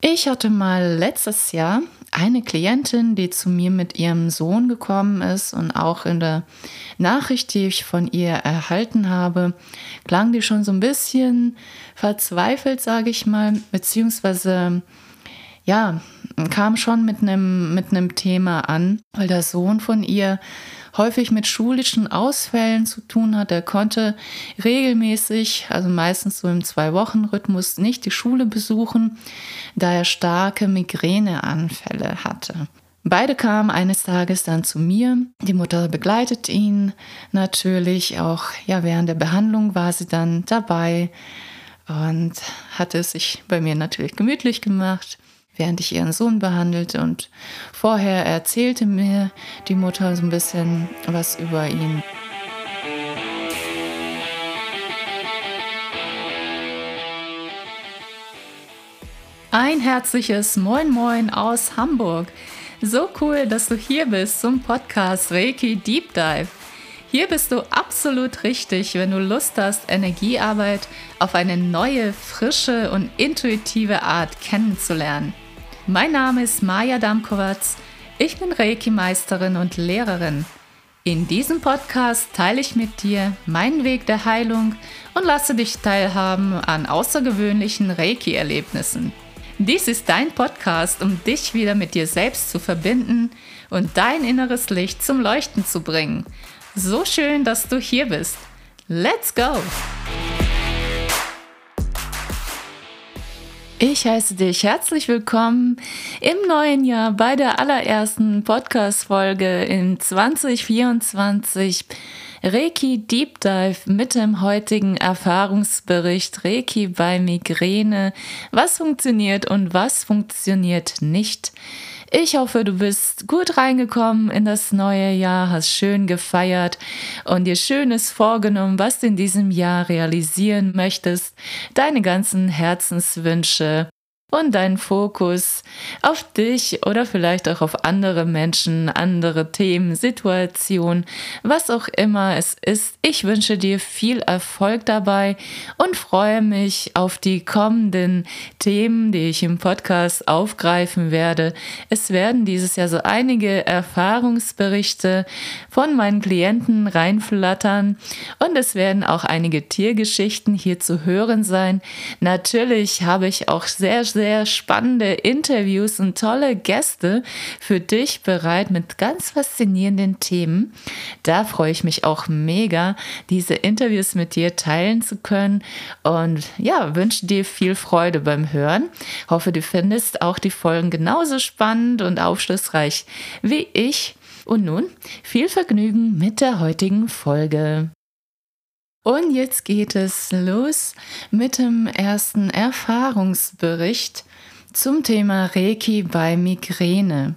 Ich hatte mal letztes Jahr eine Klientin, die zu mir mit ihrem Sohn gekommen ist und auch in der Nachricht, die ich von ihr erhalten habe, klang die schon so ein bisschen verzweifelt, sage ich mal, beziehungsweise ja, kam schon mit einem Thema an, weil der Sohn von ihr häufig mit schulischen Ausfällen zu tun hat. Er konnte regelmäßig, also meistens so im 2-Wochen-Rhythmus, nicht die Schule besuchen, da er starke Migräneanfälle hatte. Beide kamen eines Tages dann zu mir. Die Mutter begleitet ihn natürlich auch. Ja, während der Behandlung war sie dann dabei und hatte es sich bei mir natürlich gemütlich gemacht, während ich ihren Sohn behandelte. Und vorher erzählte mir die Mutter so ein bisschen was über ihn. Ein herzliches Moin Moin aus Hamburg. So cool, dass du hier bist zum Podcast Reiki Deep Dive. Hier bist du absolut richtig, wenn du Lust hast, Energiearbeit auf eine neue, frische und intuitive Art kennenzulernen. Mein Name ist Maja Damkowatz. Ich bin Reiki-Meisterin und Lehrerin. In diesem Podcast teile ich mit dir meinen Weg der Heilung und lasse dich teilhaben an außergewöhnlichen Reiki-Erlebnissen. Dies ist dein Podcast, um dich wieder mit dir selbst zu verbinden und dein inneres Licht zum Leuchten zu bringen. So schön, dass du hier bist. Let's go! Ich heiße dich herzlich willkommen im neuen Jahr bei der allerersten Podcast-Folge in 2024 Reiki Deep Dive mit dem heutigen Erfahrungsbericht Reiki bei Migräne. Was funktioniert und was funktioniert nicht? Ich hoffe, du bist gut reingekommen in das neue Jahr, hast schön gefeiert und dir Schönes vorgenommen, was du in diesem Jahr realisieren möchtest, deine ganzen Herzenswünsche und deinen Fokus auf dich oder vielleicht auch auf andere Menschen, andere Themen, Situationen, was auch immer es ist. Ich wünsche dir viel Erfolg dabei und freue mich auf die kommenden Themen, die ich im Podcast aufgreifen werde. Es werden dieses Jahr so einige Erfahrungsberichte von meinen Klienten reinflattern und es werden auch einige Tiergeschichten hier zu hören sein. Natürlich habe ich auch sehr spannende Interviews und tolle Gäste für dich bereit mit ganz faszinierenden Themen. Da freue ich mich auch mega, diese Interviews mit dir teilen zu können und ja, wünsche dir viel Freude beim Hören. Hoffe, du findest auch die Folgen genauso spannend und aufschlussreich wie ich. Und nun viel Vergnügen mit der heutigen Folge. Und jetzt geht es los mit dem ersten Erfahrungsbericht zum Thema Reiki bei Migräne.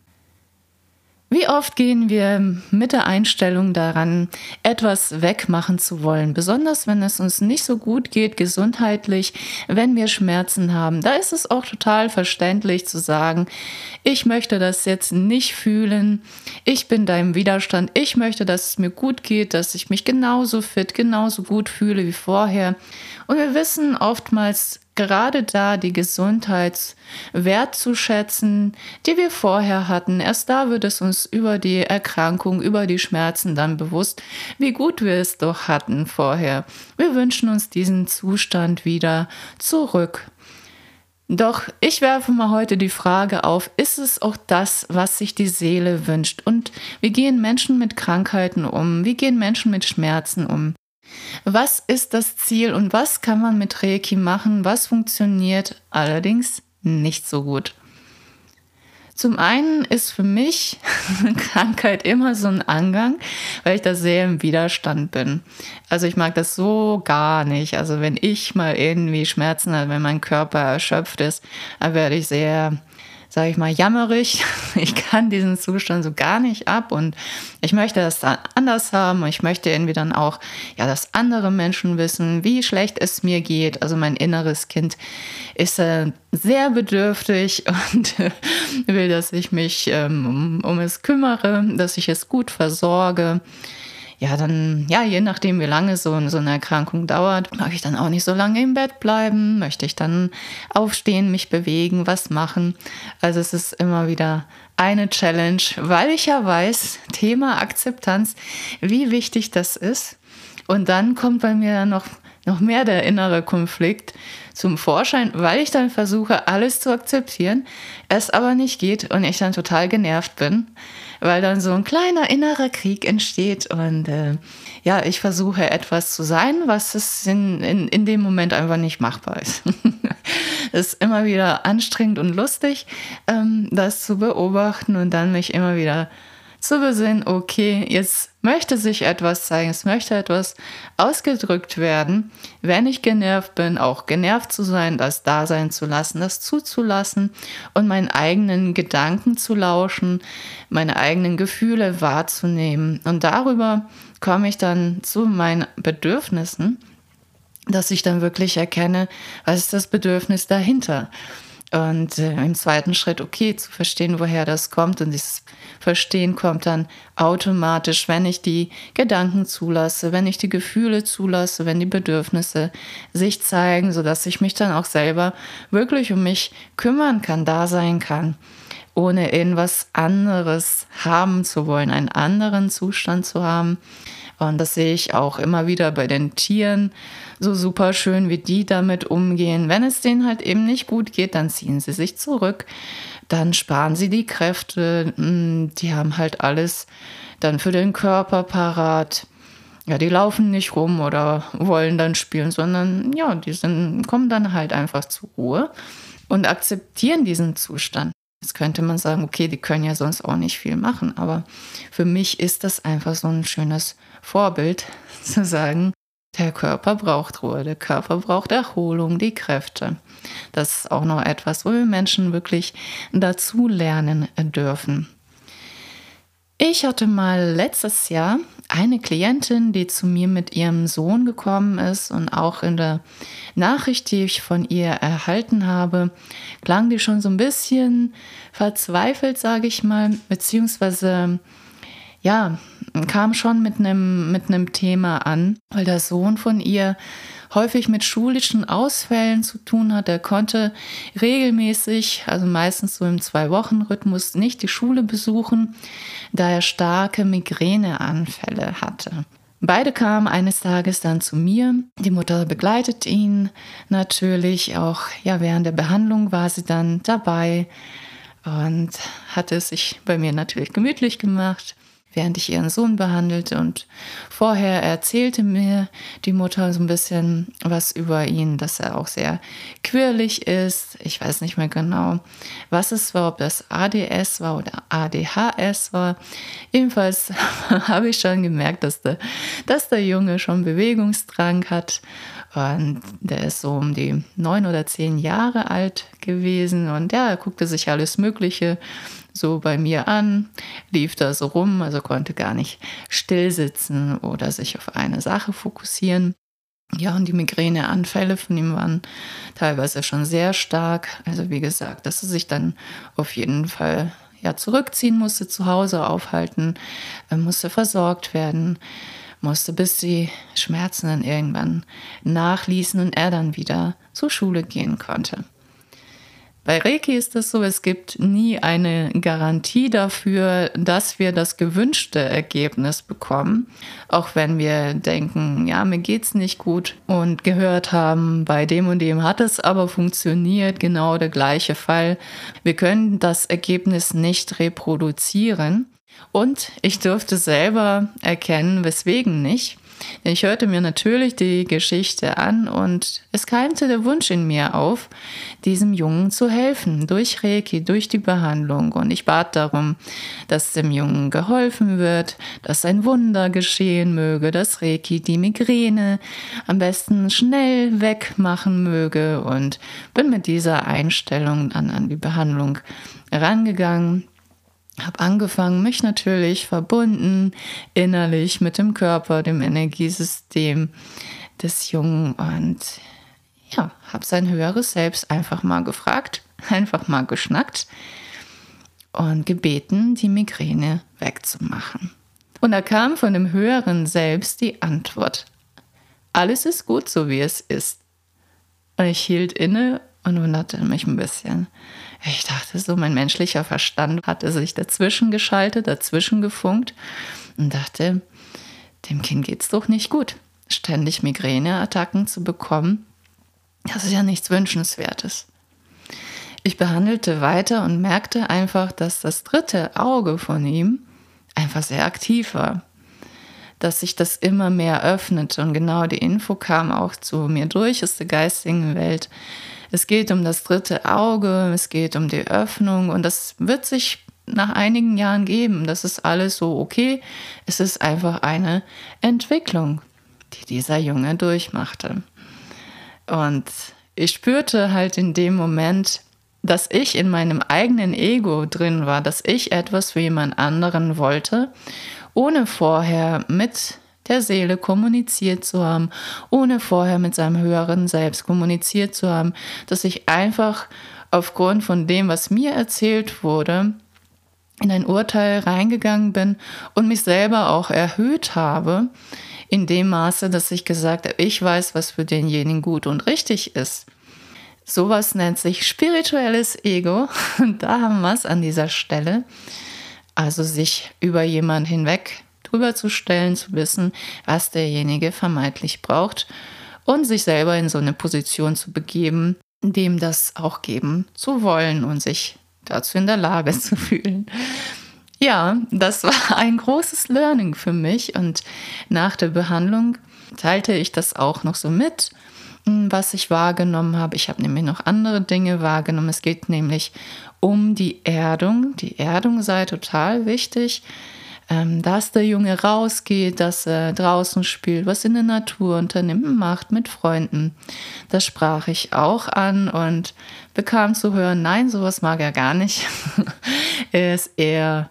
Wie oft gehen wir mit der Einstellung daran, etwas wegmachen zu wollen, besonders wenn es uns nicht so gut geht gesundheitlich, wenn wir Schmerzen haben. Da ist es auch total verständlich zu sagen, ich möchte das jetzt nicht fühlen, ich bin da im Widerstand, ich möchte, dass es mir gut geht, dass ich mich genauso fit, genauso gut fühle wie vorher. Und wir wissen oftmals gerade da die Gesundheit wertzuschätzen, die wir vorher hatten. Erst da wird es uns über die Erkrankung, über die Schmerzen dann bewusst, wie gut wir es doch hatten vorher. Wir wünschen uns diesen Zustand wieder zurück. Doch ich werfe mal heute die Frage auf, ist es auch das, was sich die Seele wünscht? Und wie gehen Menschen mit Krankheiten um? Wie gehen Menschen mit Schmerzen um? Was ist das Ziel und was kann man mit Reiki machen? Was funktioniert allerdings nicht so gut? Zum einen ist für mich Krankheit immer so ein Angang, weil ich da sehr im Widerstand bin. Also ich mag das so gar nicht. Also wenn ich mal irgendwie Schmerzen habe, wenn mein Körper erschöpft ist, dann werde ich sehr, sage ich mal, jammerig. Ich kann diesen Zustand so gar nicht ab und ich möchte das dann anders haben und ich möchte irgendwie dann auch, ja, dass andere Menschen wissen, wie schlecht es mir geht. Also mein inneres Kind ist sehr bedürftig und will, dass ich mich um es kümmere, dass ich es gut versorge. ja, dann, ja, je nachdem, wie lange so eine Erkrankung dauert, mag ich dann auch nicht so lange im Bett bleiben, möchte ich dann aufstehen, mich bewegen, was machen. Also es ist immer wieder eine Challenge, weil ich ja weiß, Thema Akzeptanz, wie wichtig das ist. Und dann kommt bei mir noch mehr der innere Konflikt zum Vorschein, weil ich dann versuche, alles zu akzeptieren, es aber nicht geht und ich dann total genervt bin, weil dann so ein kleiner innerer Krieg entsteht und ja, ich versuche etwas zu sein, was es in dem Moment einfach nicht machbar ist. Es ist immer wieder anstrengend und lustig, das zu beobachten und dann mich immer wieder zu besinnen, okay, jetzt möchte sich etwas zeigen, es möchte etwas ausgedrückt werden. Wenn ich genervt bin, auch genervt zu sein, das da sein zu lassen, das zuzulassen und meinen eigenen Gedanken zu lauschen, meine eigenen Gefühle wahrzunehmen. Und darüber komme ich dann zu meinen Bedürfnissen, dass ich dann wirklich erkenne, was ist das Bedürfnis dahinter. Und im zweiten Schritt, okay, zu verstehen, woher das kommt. Und dieses Verstehen kommt dann automatisch, wenn ich die Gedanken zulasse, wenn ich die Gefühle zulasse, wenn die Bedürfnisse sich zeigen, sodass ich mich dann auch selber wirklich um mich kümmern kann, da sein kann, ohne irgendwas anderes haben zu wollen, einen anderen Zustand zu haben. Und das sehe ich auch immer wieder bei den Tieren, so super schön, wie die damit umgehen. Wenn es denen halt eben nicht gut geht, dann ziehen sie sich zurück, dann sparen sie die Kräfte, die haben halt alles dann für den Körper parat. Ja, die laufen nicht rum oder wollen dann spielen, sondern ja, kommen dann halt einfach zur Ruhe und akzeptieren diesen Zustand. Jetzt könnte man sagen, okay, die können ja sonst auch nicht viel machen, aber für mich ist das einfach so ein schönes Vorbild, zu sagen, der Körper braucht Ruhe, der Körper braucht Erholung, die Kräfte. Das ist auch noch etwas, wo wir Menschen wirklich dazu lernen dürfen. Ich hatte mal letztes Jahr eine Klientin, die zu mir mit ihrem Sohn gekommen ist und auch in der Nachricht, die ich von ihr erhalten habe, klang die schon so ein bisschen verzweifelt, sage ich mal, beziehungsweise ja, kam schon mit einem Thema an, weil der Sohn von ihr häufig mit schulischen Ausfällen zu tun hat. Er konnte regelmäßig, also meistens so im 2-Wochen-Rhythmus, nicht die Schule besuchen, da er starke Migräneanfälle hatte. Beide kamen eines Tages dann zu mir. Die Mutter begleitet ihn natürlich auch. Ja, während der Behandlung war sie dann dabei und hatte es sich bei mir natürlich gemütlich gemacht, während ich ihren Sohn behandelte. Und vorher erzählte mir die Mutter so ein bisschen was über ihn, dass er auch sehr quirlig ist. Ich weiß nicht mehr genau, was es war, ob das ADS war oder ADHS war. Jedenfalls habe ich schon gemerkt, dass der Junge schon Bewegungsdrang hat. Und der ist so um die 9 oder 10 Jahre alt gewesen. Und ja, er guckte sich alles Mögliche so bei mir an, lief da so rum, also konnte gar nicht still sitzen oder sich auf eine Sache fokussieren. Ja, und die Migräneanfälle von ihm waren teilweise schon sehr stark. Also wie gesagt, dass er sich dann auf jeden Fall ja zurückziehen musste, zu Hause aufhalten, musste versorgt werden, musste, bis die Schmerzen dann irgendwann nachließen und er dann wieder zur Schule gehen konnte. Bei Reiki ist es so, es gibt nie eine Garantie dafür, dass wir das gewünschte Ergebnis bekommen. Auch wenn wir denken, ja, mir geht's nicht gut und gehört haben, bei dem und dem hat es aber funktioniert, genau der gleiche Fall. Wir können das Ergebnis nicht reproduzieren. Und ich durfte selber erkennen, weswegen nicht. Denn ich hörte mir natürlich die Geschichte an und es keimte der Wunsch in mir auf, diesem Jungen zu helfen, durch Reiki, durch die Behandlung. Und ich bat darum, dass dem Jungen geholfen wird, dass ein Wunder geschehen möge, dass Reiki die Migräne am besten schnell wegmachen möge und bin mit dieser Einstellung an die Behandlung rangegangen. Habe angefangen, mich natürlich verbunden, innerlich mit dem Körper, dem Energiesystem des Jungen und ja, habe sein höheres Selbst einfach mal gefragt, einfach mal geschnackt und gebeten, die Migräne wegzumachen. Und da kam von dem höheren Selbst die Antwort: Alles ist gut, so wie es ist. Und ich hielt inne und wunderte mich ein bisschen. Ich dachte so, mein menschlicher Verstand hatte sich dazwischen geschaltet, dazwischen gefunkt und dachte, dem Kind geht's doch nicht gut. Ständig Migräneattacken zu bekommen, das ist ja nichts Wünschenswertes. Ich behandelte weiter und merkte einfach, dass das dritte Auge von ihm einfach sehr aktiv war. Dass sich das immer mehr öffnete und genau die Info kam auch zu mir durch aus der geistigen Welt. Es geht um das dritte Auge, es geht um die Öffnung und das wird sich nach einigen Jahren geben. Das ist alles so okay. Es ist einfach eine Entwicklung, die dieser Junge durchmachte. Und ich spürte halt in dem Moment, dass ich in meinem eigenen Ego drin war, dass ich etwas für jemand anderen wollte, ohne vorher mit der Seele kommuniziert zu haben, ohne vorher mit seinem höheren Selbst kommuniziert zu haben, dass ich einfach aufgrund von dem, was mir erzählt wurde, in ein Urteil reingegangen bin und mich selber auch erhöht habe, in dem Maße, dass ich gesagt habe, ich weiß, was für denjenigen gut und richtig ist. Sowas nennt sich spirituelles Ego und da haben wir es an dieser Stelle. Also sich über jemanden hinweg drüber zu stellen, zu wissen, was derjenige vermeintlich braucht und sich selber in so eine Position zu begeben, dem das auch geben zu wollen und sich dazu in der Lage zu fühlen. Ja, das war ein großes Learning für mich und nach der Behandlung teilte ich das auch noch so mit, was ich wahrgenommen habe. Ich habe nämlich noch andere Dinge wahrgenommen. Es geht nämlich um die Erdung. Die Erdung sei total wichtig, dass der Junge rausgeht, dass er draußen spielt, was in der Natur unternimmt, macht mit Freunden. Das sprach ich auch an und bekam zu hören, nein, sowas mag er gar nicht. Er ist eher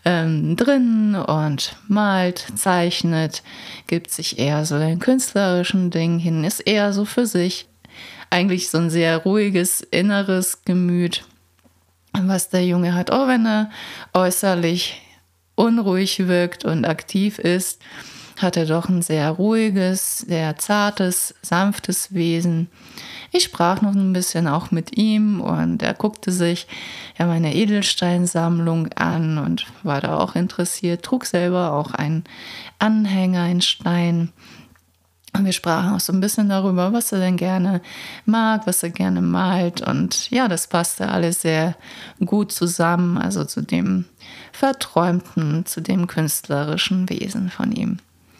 drin und malt, zeichnet, gibt sich eher so den künstlerischen Ding hin, ist eher so für sich. Eigentlich so ein sehr ruhiges inneres Gemüt, was der Junge hat, auch wenn er äußerlich unruhig wirkt und aktiv ist, hat er doch ein sehr ruhiges, sehr zartes, sanftes Wesen. Ich sprach noch ein bisschen auch mit ihm und er guckte sich ja meine Edelsteinsammlung an und war da auch interessiert, trug selber auch einen Anhänger, einen Stein. Und wir sprachen auch so ein bisschen darüber, was er denn gerne mag, was er gerne malt. Und ja, das passte alles sehr gut zusammen, also zu dem Verträumten, zu dem künstlerischen Wesen von ihm.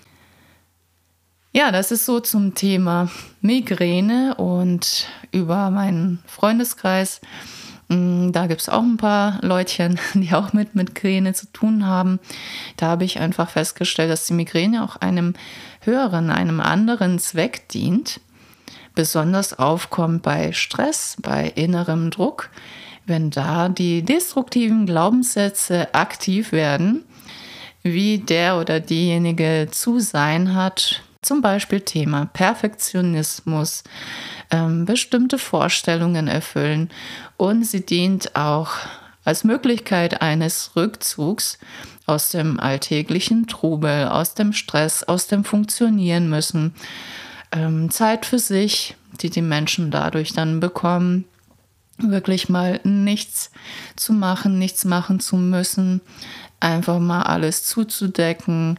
Ja, das ist so zum Thema Migräne und über meinen Freundeskreis. Da gibt es auch ein paar Leutchen, die auch mit Migräne zu tun haben. Da habe ich einfach festgestellt, dass die Migräne auch einem höheren, einem anderen Zweck dient. Besonders aufkommt bei Stress, bei innerem Druck, wenn da die destruktiven Glaubenssätze aktiv werden, wie der oder diejenige zu sein hat. Zum Beispiel Thema Perfektionismus, bestimmte Vorstellungen erfüllen und sie dient auch als Möglichkeit eines Rückzugs aus dem alltäglichen Trubel, aus dem Stress, aus dem Funktionieren müssen. Zeit für sich, die die Menschen dadurch dann bekommen, wirklich mal nichts zu machen, nichts machen zu müssen, einfach mal alles zuzudecken.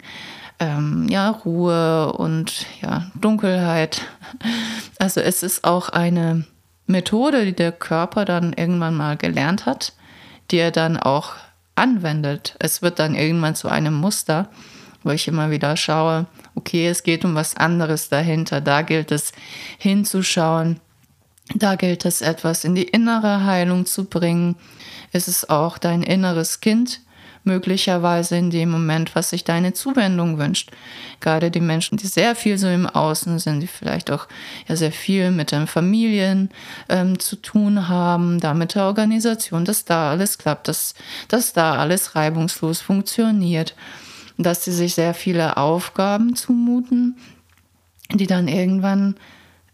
Ruhe und Dunkelheit. Also es ist auch eine Methode, die der Körper dann irgendwann mal gelernt hat, die er dann auch anwendet. Es wird dann irgendwann zu einem Muster, wo ich immer wieder schaue, okay, es geht um was anderes dahinter. Da gilt es hinzuschauen. Da gilt es, etwas in die innere Heilung zu bringen. Es ist auch dein inneres Kind, möglicherweise in dem Moment, was sich deine Zuwendung wünscht. Gerade die Menschen, die sehr viel so im Außen sind, die vielleicht auch sehr viel mit den Familien zu tun haben, da mit der Organisation, dass da alles klappt, dass da alles reibungslos funktioniert, dass sie sich sehr viele Aufgaben zumuten, die dann irgendwann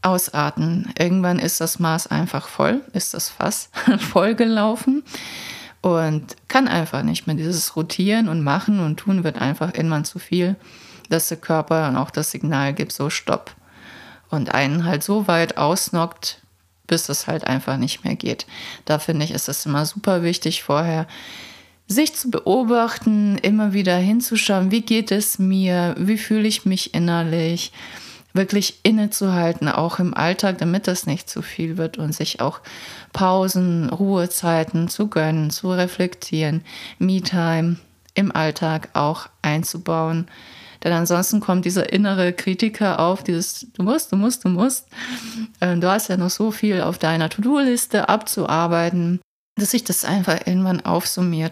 ausarten. Irgendwann ist das Maß einfach voll, ist das Fass vollgelaufen. und kann einfach nicht mehr. Dieses Rotieren und Machen und Tun wird einfach irgendwann zu viel, dass der Körper dann auch das Signal gibt, so Stopp. Und einen halt so weit ausnockt, bis es halt einfach nicht mehr geht. Da finde ich, ist es immer super wichtig, vorher sich zu beobachten, immer wieder hinzuschauen, wie geht es mir, wie fühle ich mich innerlich, wirklich innezuhalten, auch im Alltag, damit das nicht zu viel wird und sich auch Pausen, Ruhezeiten zu gönnen, zu reflektieren, Me-Time im Alltag auch einzubauen. Denn ansonsten kommt dieser innere Kritiker auf, dieses du musst. Du hast ja noch so viel auf deiner To-Do-Liste abzuarbeiten, dass sich das einfach irgendwann aufsummiert.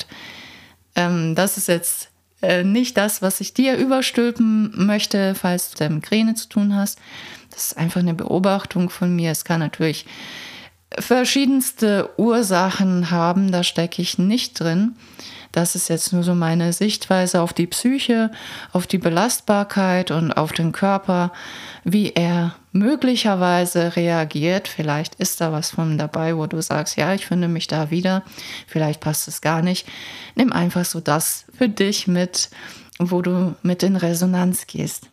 Das ist jetzt nicht das, was ich dir überstülpen möchte, falls du mit Migräne zu tun hast. Das ist einfach eine Beobachtung von mir. Es kann natürlich verschiedenste Ursachen haben, da stecke ich nicht drin. Das ist jetzt nur so meine Sichtweise auf die Psyche, auf die Belastbarkeit und auf den Körper, wie er möglicherweise reagiert. Vielleicht ist da was von dabei, wo du sagst, ja, ich finde mich da wieder. Vielleicht passt es gar nicht. Nimm einfach so das für dich mit, wo du mit in Resonanz gehst.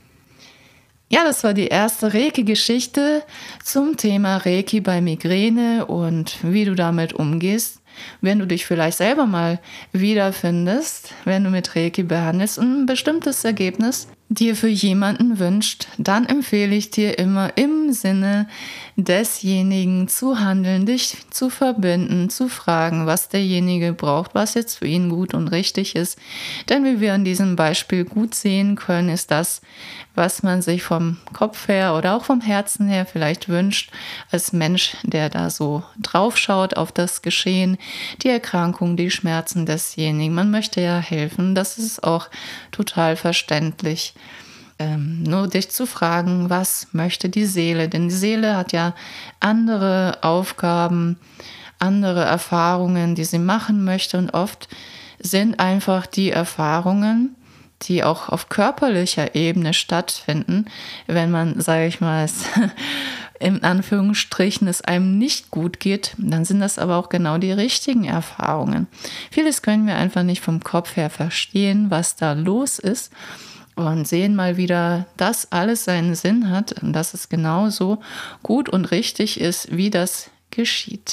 Ja, das war die erste Reiki-Geschichte zum Thema Reiki bei Migräne und wie du damit umgehst. Wenn du dich vielleicht selber mal wiederfindest, wenn du mit Reiki behandelst und ein bestimmtes Ergebnis dir für jemanden wünscht, dann empfehle ich dir immer im Sinne desjenigen zu handeln, dich zu verbinden, zu fragen, was derjenige braucht, was jetzt für ihn gut und richtig ist. Denn wie wir an diesem Beispiel gut sehen können, ist das, was man sich vom Kopf her oder auch vom Herzen her vielleicht wünscht, als Mensch, der da so drauf schaut auf das Geschehen, die Erkrankung, die Schmerzen desjenigen. Man möchte ja helfen, das ist auch total verständlich. Nur dich zu fragen, was möchte die Seele? Denn die Seele hat ja andere Aufgaben, andere Erfahrungen, die sie machen möchte. Und oft sind einfach die Erfahrungen, die auch auf körperlicher Ebene stattfinden, wenn man, sage ich mal, in Anführungsstrichen es einem nicht gut geht, dann sind das aber auch genau die richtigen Erfahrungen. Vieles können wir einfach nicht vom Kopf her verstehen, was da los ist. Und sehen mal wieder, dass alles seinen Sinn hat und dass es genauso gut und richtig ist, wie das geschieht.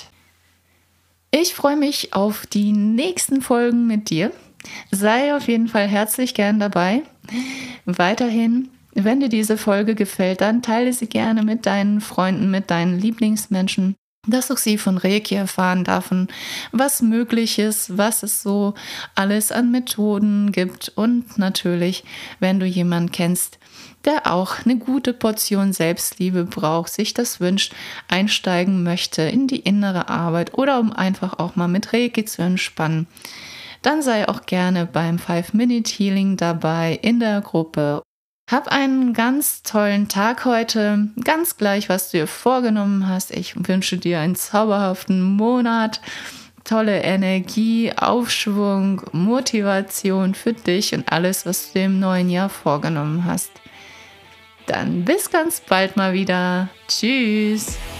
Ich freue mich auf die nächsten Folgen mit dir. Sei auf jeden Fall herzlich gern dabei. Weiterhin, wenn dir diese Folge gefällt, dann teile sie gerne mit deinen Freunden, mit deinen Lieblingsmenschen, dass auch sie von Reiki erfahren dürfen, was möglich ist, was es so alles an Methoden gibt und natürlich, wenn du jemanden kennst, der auch eine gute Portion Selbstliebe braucht, sich das wünscht, einsteigen möchte in die innere Arbeit oder um einfach auch mal mit Reiki zu entspannen, dann sei auch gerne beim 5-Minute-Healing dabei in der Gruppe. Hab einen ganz tollen Tag heute, ganz gleich, was du dir vorgenommen hast. Ich wünsche dir einen zauberhaften Monat, tolle Energie, Aufschwung, Motivation für dich und alles, was du dir im neuen Jahr vorgenommen hast. Dann bis ganz bald mal wieder. Tschüss!